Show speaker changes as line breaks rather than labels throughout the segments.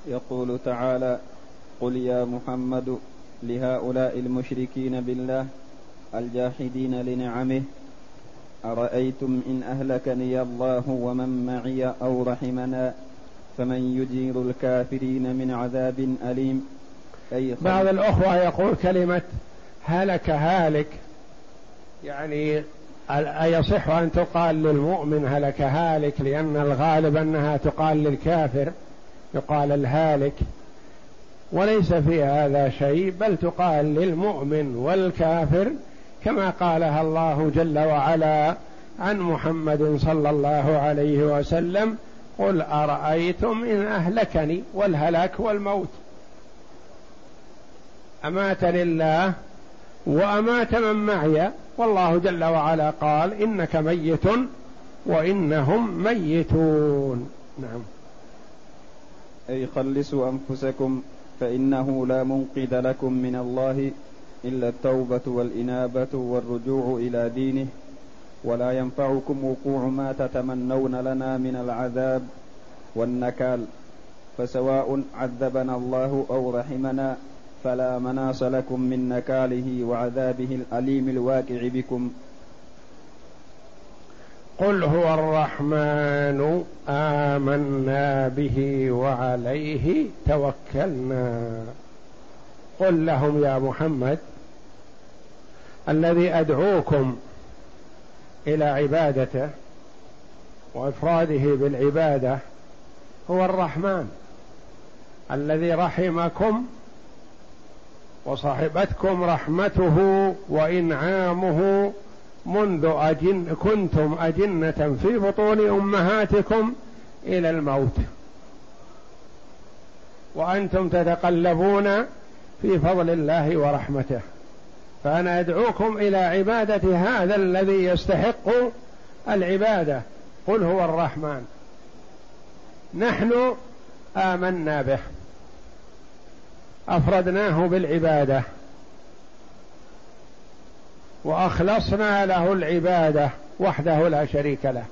يقول تعالى: قل يا محمد لهؤلاء المشركين بالله الجاحدين لنعمه أرأيتم إن أهلكني الله ومن معي أو رحمنا فمن يجير الكافرين من عذاب أليم.
بعض الأخوة يقول كلمة هلك هالك، يعني أيصح أن تقال للمؤمن هلك هالك؟ لأن الغالب أنها تقال للكافر، يقال الهالك، وليس في هذا شيء، بل تقال للمؤمن والكافر كما قالها الله جل وعلا عن محمد صلى الله عليه وسلم: قل أرأيتم إن أهلكني، والهلاك والموت، أماتني الله وأمات من معي، والله جل وعلا قال: إنك ميت وإنهم ميتون. نعم.
أي خلصوا أنفسكم فإنه لا منقذ لكم من الله إلا التوبة والإنابة والرجوع إلى دينه، ولا ينفعكم وقوع ما تتمنون لنا من العذاب والنكال، فسواء عذبنا الله أو رحمنا فلا مناص لكم من نكاله وعذابه الأليم الواقع بكم.
قل هو الرحمن آمنا به وعليه توكلنا. قل لهم يا محمد: الذي أدعوكم إلى عبادته وإفراده بالعبادة هو الرحمن الذي رحمكم وصاحبتكم رحمته وإنعامه منذ كنتم أجنة في بطون أمهاتكم إلى الموت، وأنتم تتقلبون في فضل الله ورحمته. فأنا أدعوكم إلى عبادة هذا الذي يستحق العبادة. قل هو الرحمن، نحن آمنا به، أفردناه بالعبادة وأخلصنا له العبادة وحده لا شريك له،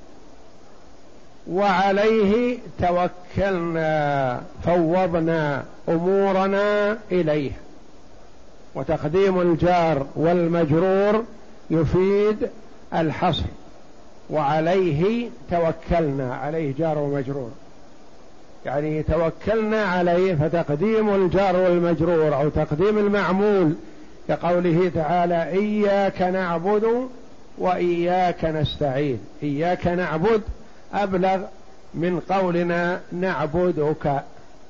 وعليه توكلنا، فوضنا أمورنا إليه. وتقديم الجار والمجرور يفيد الحصر، وعليه توكلنا، عليه جار ومجرور، يعني توكلنا عليه، فتقديم الجار والمجرور أو تقديم المعمول كقوله تعالى: إياك نعبد وإياك نستعين. إياك نعبد أبلغ من قولنا نعبدك،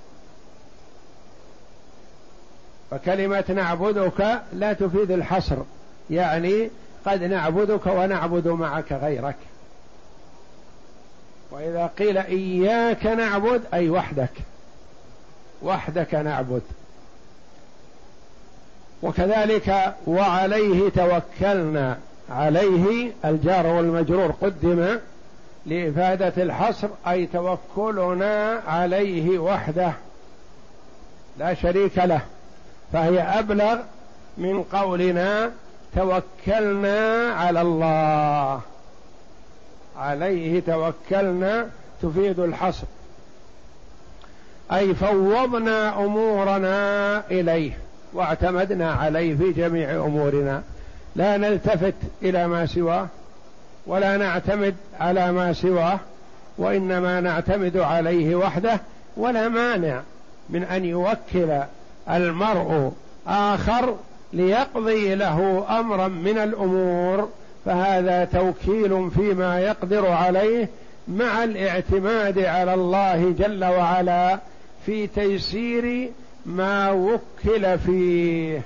فكلمة نعبدك لا تفيد الحصر، يعني قد نعبدك ونعبد معك غيرك. وإذا قيل إياك نعبد أي وحدك نعبد. وكذلك وعليه توكلنا، عليه الجار والمجرور قدم لإفادة الحصر، أي توكلنا عليه وحده لا شريك له، فهي أبلغ من قولنا توكلنا على الله. عليه توكلنا تفيد الحصر، أي فوضنا أمورنا إليه واعتمدنا عليه في جميع أمورنا، لا نلتفت إلى ما سواه ولا نعتمد على ما سواه، وإنما نعتمد عليه وحده. ولا مانع من أن يوكل المرء آخر ليقضي له أمرا من الأمور، فهذا توكيل فيما يقدر عليه مع الاعتماد على الله جل وعلا في تيسير ما وكل فيه.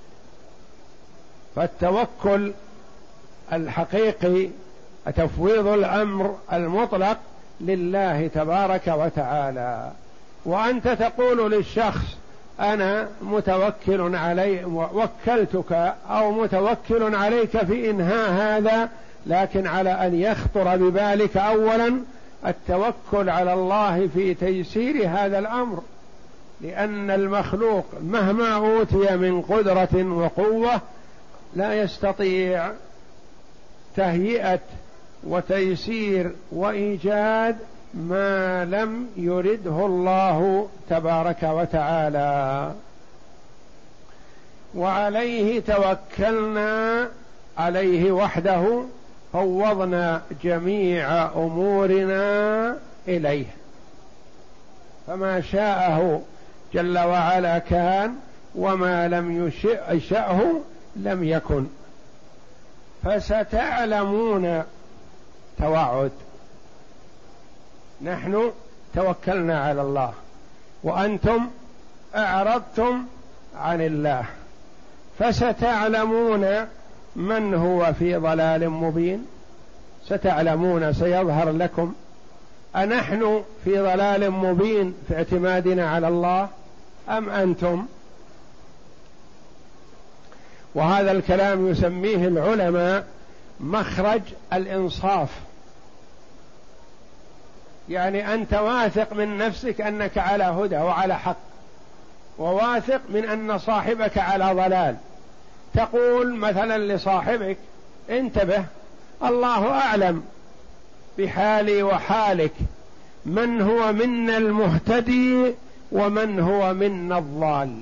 فالتوكل الحقيقي تفويض الأمر المطلق لله تبارك وتعالى. وأنت تقول للشخص: أنا متوكل عليك، وكلتك أو متوكل عليك في إنهاء هذا، لكن على أن يخطر ببالك أولا التوكل على الله في تيسير هذا الأمر، لأن المخلوق مهما أوتي من قدرة وقوة لا يستطيع تهيئة وتيسير وإيجاد ما لم يرده الله تبارك وتعالى، وعليه توكلنا، عليه وحده فوضنا جميع أمورنا إليه، فما شاءه جل وعلا كان، وما لم يشأه لم يكن. فستعلمون توعد، نحن توكلنا على الله وأنتم أعرضتم عن الله، فستعلمون من هو في ضلال مبين. ستعلمون، سيظهر لكم أنحن في ضلال مبين في اعتمادنا على الله أم أنتم. وهذا الكلام يسميه العلماء مخرج الإنصاف، يعني أنت واثق من نفسك أنك على هدى وعلى حق، وواثق من أن صاحبك على ضلال، تقول مثلا لصاحبك انتبه، الله أعلم بحالي وحالك، من هو منا المهتدي ومن هو منا الضال.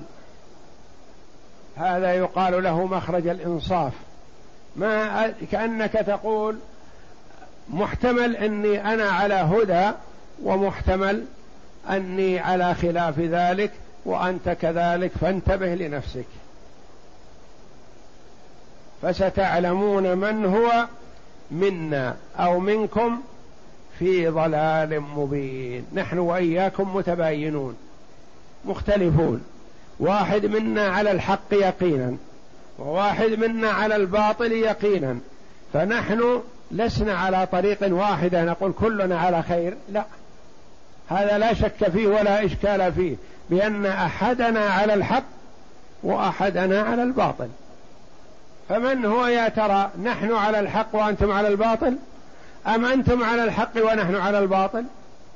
هذا يقال له مخرج الإنصاف، ما كأنك تقول محتمل أني أنا على هدى، ومحتمل أني على خلاف ذلك، وأنت كذلك، فانتبه لنفسك. فستعلمون من هو منا أو منكم في ضلال مبين. نحن وإياكم متباينون مختلفون، واحد منا على الحق يقينا، وواحد منا على الباطل يقينا، فنحن لسنا على طريق واحدة نقول كلنا على خير، لا، هذا لا شك فيه ولا إشكال فيه، بأن أحدنا على الحق وأحدنا على الباطل. فمن هو يا ترى، نحن على الحق وأنتم على الباطل، أم أنتم على الحق ونحن على الباطل؟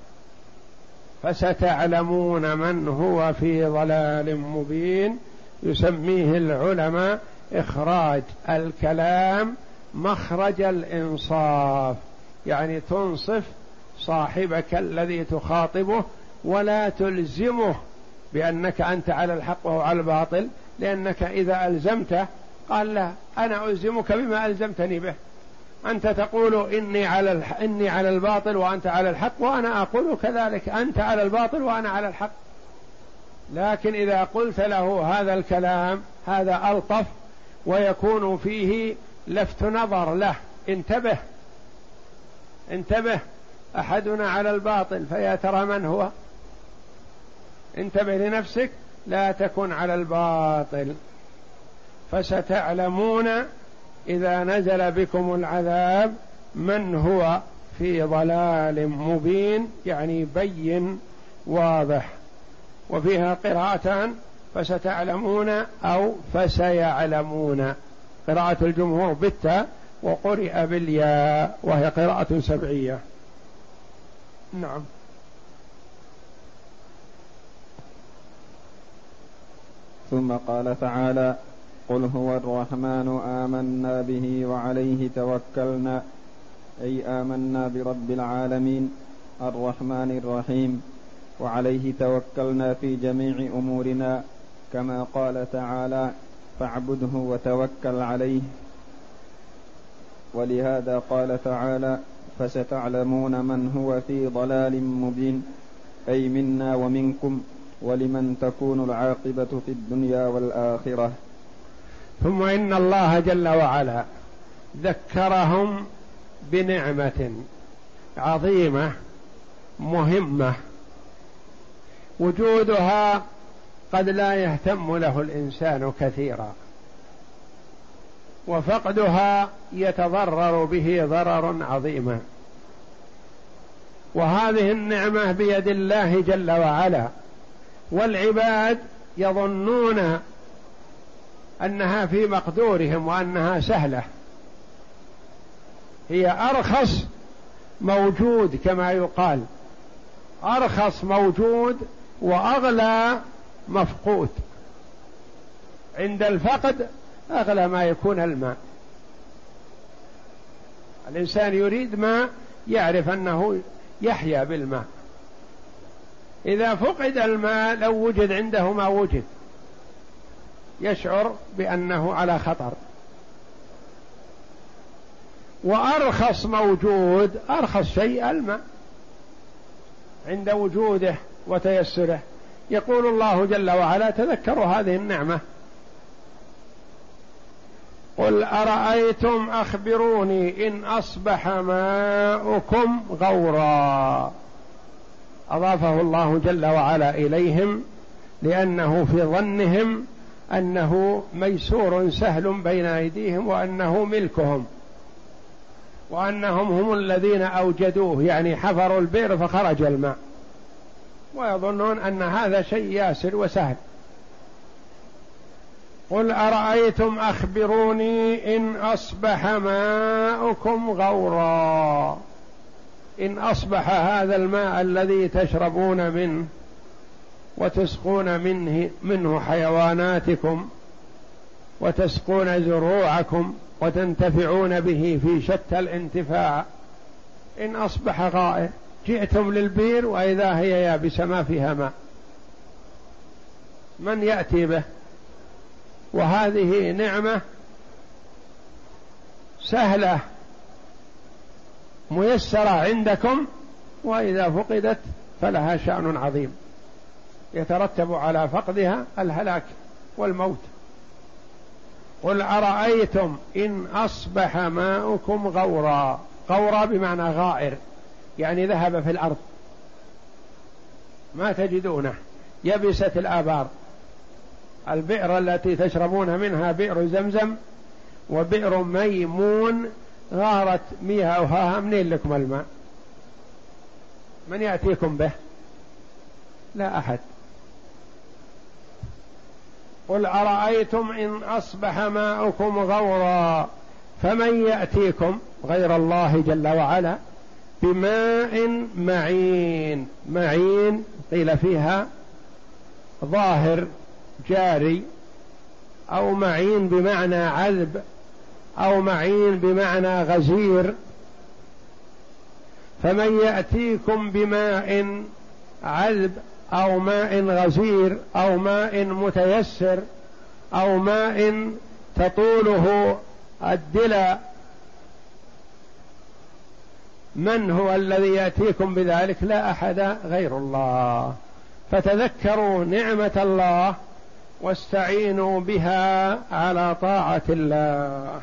فستعلمون من هو في ضلال مبين. يسميه العلماء إخراج الكلام مخرج الإنصاف، يعني تنصف صاحبك الذي تخاطبه، ولا تلزمه بأنك أنت على الحق وهو على الباطل، لأنك إذا ألزمته قال لا، أنا ألزمك بما ألزمتني به، أنت تقول إني على الباطل وأنت على الحق، وأنا أقول كذلك، أنت على الباطل وأنا على الحق. لكن إذا قلت له هذا الكلام هذا ألطف، ويكون فيه لفت نظر له، انتبه انتبه، أحدنا على الباطل، فيا ترى من هو، انتبه لنفسك، لا تكن على الباطل. فستعلمون إذا نزل بكم العذاب من هو في ضلال مبين، يعني بين واضح. وفيها قراءتان، فستعلمون أو فسيعلمون، قراءة الجمهور بالتاء وقرئ بالياء، وهي قراءة سبعية. نعم.
ثم قال تعالى: قل هو الرحمن آمنا به وعليه توكلنا، أي آمنا برب العالمين الرحمن الرحيم، وعليه توكلنا في جميع أمورنا، كما قال تعالى: فاعبده وتوكل عليه. ولهذا قال تعالى: فستعلمون من هو في ضلال مبين، أي منا ومنكم، ولمن تكون العاقبة في الدنيا والآخرة.
ثم إن الله جل وعلا ذكرهم بنعمة عظيمة مهمة، وجودها قد لا يهتم له الإنسان كثيرا، وفقدها يتضرر به ضررا عظيما. وهذه النعمة بيد الله جل وعلا، والعباد يظنون أنها في مقدورهم وأنها سهلة. هي أرخص موجود، كما يقال أرخص موجود وأغلى مفقود. عند الفقد أغلى ما يكون الماء. الإنسان يريد ماء، يعرف أنه يحيا بالماء. إذا فقد الماء لو وجد عنده ما وجد يشعر بأنه على خطر. وأرخص موجود، أرخص شيء الماء عند وجوده وتيسره. يقول الله جل وعلا: تذكروا هذه النعمة. قل أرأيتم أخبروني إن أصبح ماؤكم غورا. أضافه الله جل وعلا إليهم لأنه في ظنهم أنه ميسور سهل بين أيديهم وأنه ملكهم وأنهم هم الذين أوجدوه، يعني حفروا البئر فخرج الماء، ويظنون أن هذا شيء ياسر وسهل. قل أرأيتم أخبروني إن أصبح ماؤكم غورا. إن أصبح هذا الماء الذي تشربون منه وتسقون منه حيواناتكم وتسقون زروعكم وتنتفعون به في شتى الانتفاع، إن أصبح غائر، جئتم للبير وإذا هي يابسة ما فيها ماء، من يأتي به؟ وهذه نعمة سهلة ميسرة عندكم، وإذا فقدت فلها شأن عظيم يترتب على فقدها الهلاك والموت. قل أرأيتم إن أصبح ماؤكم غورا. غورا بمعنى غائر، يعني ذهب في الأرض ما تجدونه، يبست الآبار. البئر التي تشربون منها بئر زمزم وبئر ميمون غارت مياهها، منين لكم الماء؟ من يأتيكم به؟ لا أحد. قل أرأيتم إن أصبح ماؤكم غورا فمن يأتيكم غير الله جل وعلا بماء معين. معين قيل فيها ظاهر جاري، أو معين بمعنى عذب، أو معين بمعنى غزير. فمن يأتيكم بماء عذب أو ماء غزير أو ماء متيسر أو ماء تطوله الدلى، من هو الذي يأتيكم بذلك؟ لا أحد غير الله. فتذكروا نعمة الله واستعينوا بها على طاعة الله.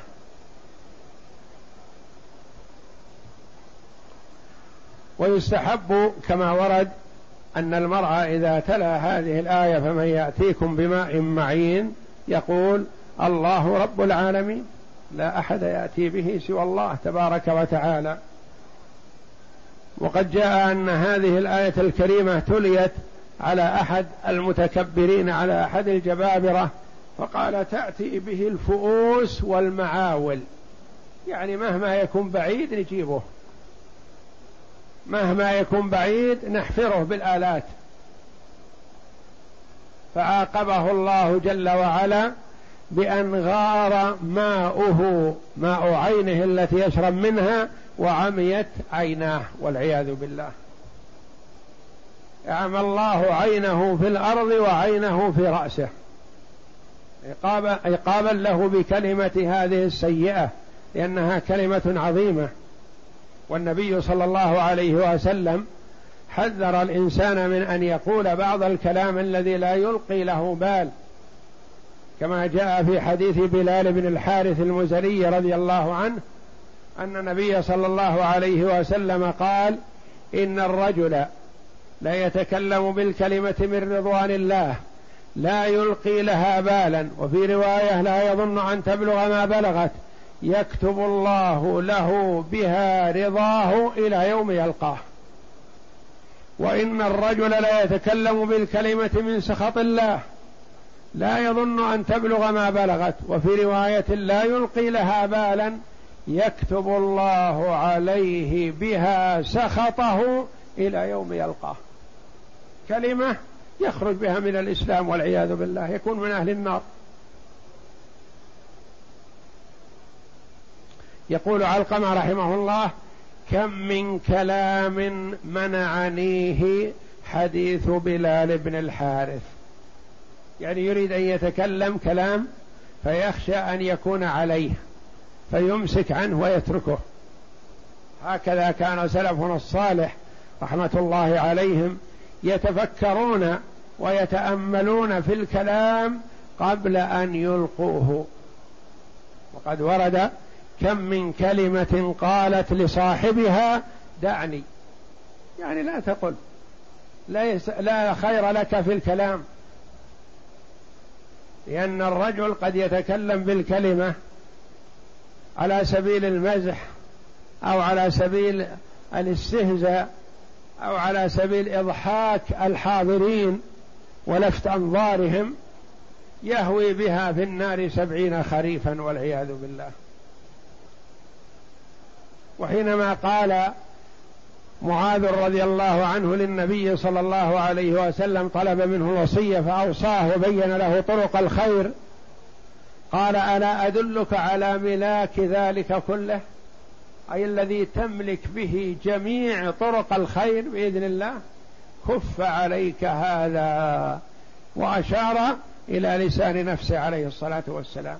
ويستحب كما ورد أن المرء إذا تلا هذه الآية فمن يأتيكم بماء معين يقول: الله رب العالمين، لا أحد يأتي به سوى الله تبارك وتعالى. وقد جاء أن هذه الآية الكريمة تليت على أحد المتكبرين، على أحد الجبابرة، فقال: تأتي به الفؤوس والمعاول، يعني مهما يكون بعيد نجيبه، مهما يكون بعيد نحفره بالآلات. فعاقبه الله جل وعلا بأن غار ماؤه، ماء عينه التي يشرب منها، وعميت عيناه والعياذ بالله. أعمى الله عينه في الأرض وعينه في رأسه عقابا له بكلمة هذه السيئة، لأنها كلمة عظيمة. والنبي صلى الله عليه وسلم حذر الإنسان من أن يقول بعض الكلام الذي لا يلقي له بال، كما جاء في حديث بلال بن الحارث المزني رضي الله عنه أن النبي صلى الله عليه وسلم قال: إن الرجل لا يتكلم بالكلمة من رضوان الله لا يلقي لها بالا، وفي رواية لا يظن أن تبلغ ما بلغت، يكتب الله له بها رضاه إلى يوم يلقاه. وإن الرجل لا يتكلم بالكلمة من سخط الله لا يظن أن تبلغ ما بلغت، وفي رواية لا يلقي لها بالا، يكتب الله عليه بها سخطه إلى يوم يلقاه. كلمة يخرج بها من الإسلام والعياذ بالله، يكون من أهل النار. يقول علقمة رحمه الله: كم من كلام منعنيه حديث بلال بن الحارث. يعني يريد أن يتكلم كلام فيخشى أن يكون عليه فيمسك عنه ويتركه. هكذا كان سلفنا الصالح رحمة الله عليهم يتفكرون ويتأملون في الكلام قبل أن يلقوه. وقد ورد كم من كلمة قالت لصاحبها دعني، يعني لا تقل، لا خير لك في الكلام، لأن الرجل قد يتكلم بالكلمة على سبيل المزح أو على سبيل الاستهزاء أو على سبيل إضحاك الحاضرين ولفت أنظارهم، يهوي بها في النار 70 خريفا والعياذ بالله. وحينما قال معاذ رضي الله عنه للنبي صلى الله عليه وسلم، طلب منه الوصية فأوصاه وبين له طرق الخير، قال ألا أدلك على ملاك ذلك كله، أي الذي تملك به جميع طرق الخير بإذن الله، كف عليك هذا، وأشار إلى لسان نفسه عليه الصلاة والسلام.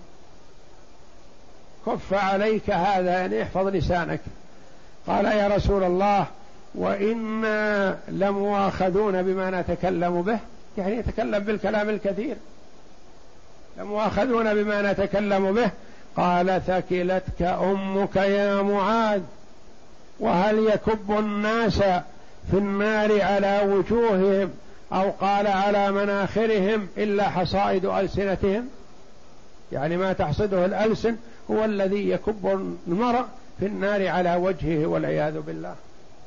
كف عليك هذا يعني احفظ لسانك. قال يا رسول الله وإنا لمؤاخذون بما نتكلم به، يعني يتكلم بالكلام الكثير، لمؤاخذون بما نتكلم به. قال ثكلتك أمك يا معاذ، وهل يكب الناس في النار على وجوههم أو قال على مناخرهم إلا حصائد ألسنتهم، يعني ما تحصده الألسن هو الذي يكب المرء في النار على وجهه والعياذ بالله.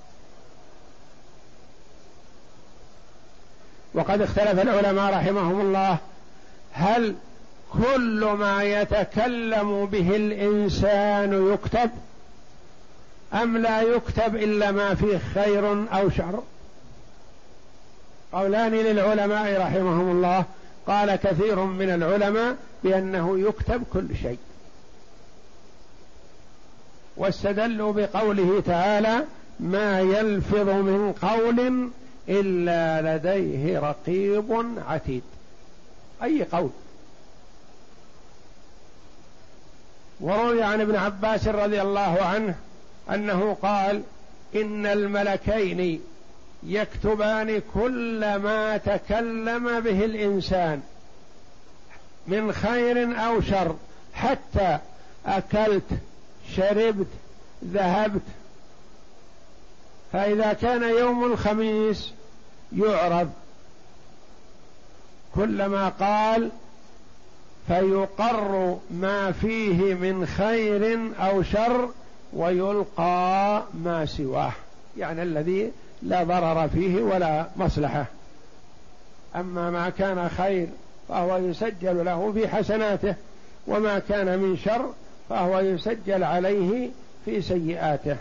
وقد اختلف العلماء رحمهم الله، هل كل ما يتكلم به الإنسان يكتب أم لا يكتب إلا ما فيه خير أو شر؟ قولان للعلماء رحمهم الله. قال كثير من العلماء بأنه يكتب كل شيء، واستدلوا بقوله تعالى ما يلفظ من قول إلا لديه رقيب عتيد، أي قول. وروي عن ابن عباس رضي الله عنه أنه قال إن الملكين يكتبان كل ما تكلم به الإنسان من خير أو شر، حتى أكلت شربت ذهبت. فإذا كان يوم الخميس يعرض كل ما قال فيقر ما فيه من خير أو شر ويلقى ما سواه، يعني الذي لا ضرر فيه ولا مصلحة. أما ما كان خير فهو يسجل له في حسناته، وما كان من شر فهو يسجل عليه في سيئاته.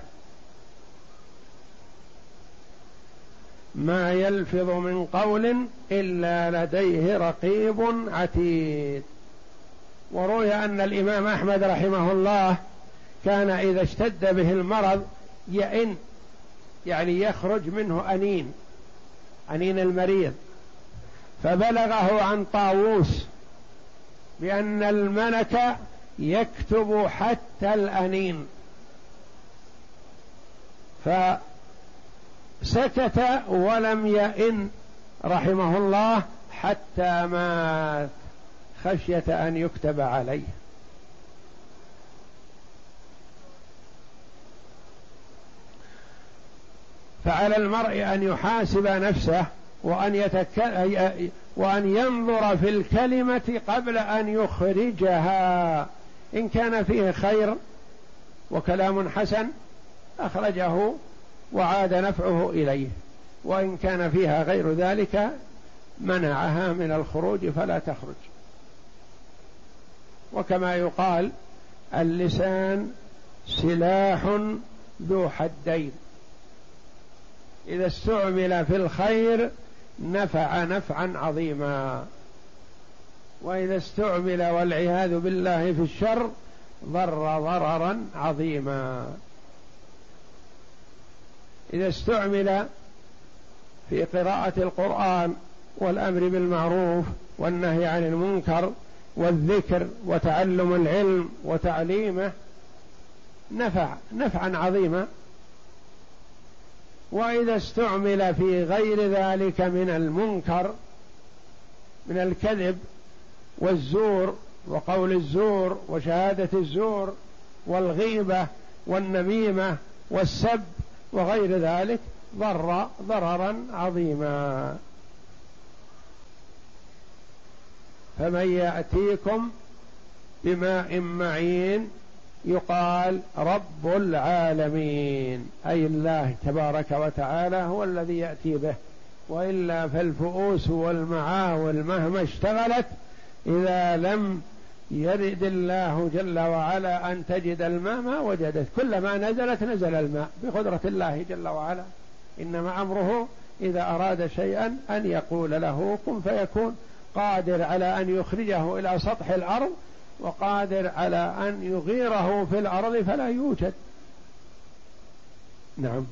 ما يلفظ من قول إلا لديه رقيب عتيد. وروي أن الإمام أحمد رحمه الله كان إذا اشتد به المرض يئن، يعني يخرج منه أنين المريض، فبلغه عن طاووس بأن الملك يكتب حتى الأنين، فسكت ولم يئن رحمه الله حتى مات خشية أن يكتب عليه. فعلى المرء أن يحاسب نفسه وأن ينظر في الكلمة قبل أن يخرجها، إن كان فيه خير وكلام حسن أخرجه وعاد نفعه إليه، وإن كان فيها غير ذلك منعها من الخروج فلا تخرج. وكما يقال اللسان سلاح ذو حدين، إذا استعمل في الخير نفع نفعا عظيما، وإذا استعمل والعياذ بالله في الشر ضر ضررا عظيما. إذا استعمل في قراءة القرآن والأمر بالمعروف والنهي عن المنكر والذكر وتعلم العلم وتعليمه نفعا عظيما. وإذا استعمل في غير ذلك من المنكر من الكذب والزور وقول الزور وشهادة الزور والغيبة والنميمة والسب وغير ذلك ضر ضررا عظيما. فمن يأتيكم بماء معين يقال رب العالمين، أي الله تبارك وتعالى هو الذي يأتي به، وإلا فالفؤوس والمعاول مهما اشتغلت إذا لم يرد الله جل وعلا أن تجد الماء ما وجدت، كلما نزلت نزل الماء بقدرة الله جل وعلا. إنما أمره إذا أراد شيئا أن يقول له كن فيكون، قادر على أن يخرجه إلى سطح الأرض وقادر على أن يغيره في الأرض فلا يوجد. نعم.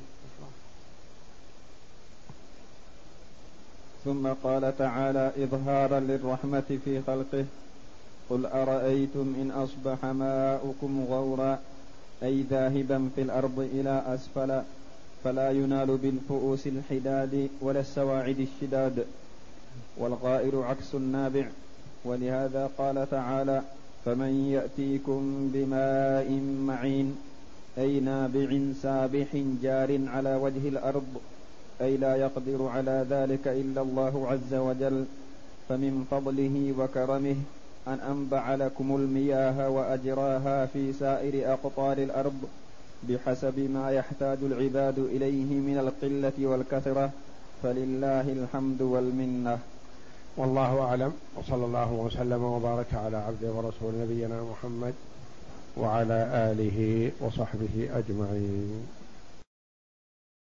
ثم قال تعالى إظهارا للرحمة في خلقه: قل أرأيتم إن أصبح ماؤكم غورا أي ذاهبا في الأرض إلى أسفل فلا ينال بالفؤوس الحداد ولا السواعد الشداد، والغائر عكس النابع. ولهذا قال تعالى: فمن يأتيكم بماء معين أي نابع سابح جار على وجه الأرض، أي لا يقدر على ذلك إلا الله عز وجل، فمن فضله وكرمه أن أنبع لكم المياه وأجراها في سائر أقطار الأرض بحسب ما يحتاج العباد إليه من القلة والكثرة، فلله الحمد والمنة.
والله أعلم، وصلى الله وسلم وبارك على عبده ورسول نبينا محمد وعلى آله وصحبه أجمعين.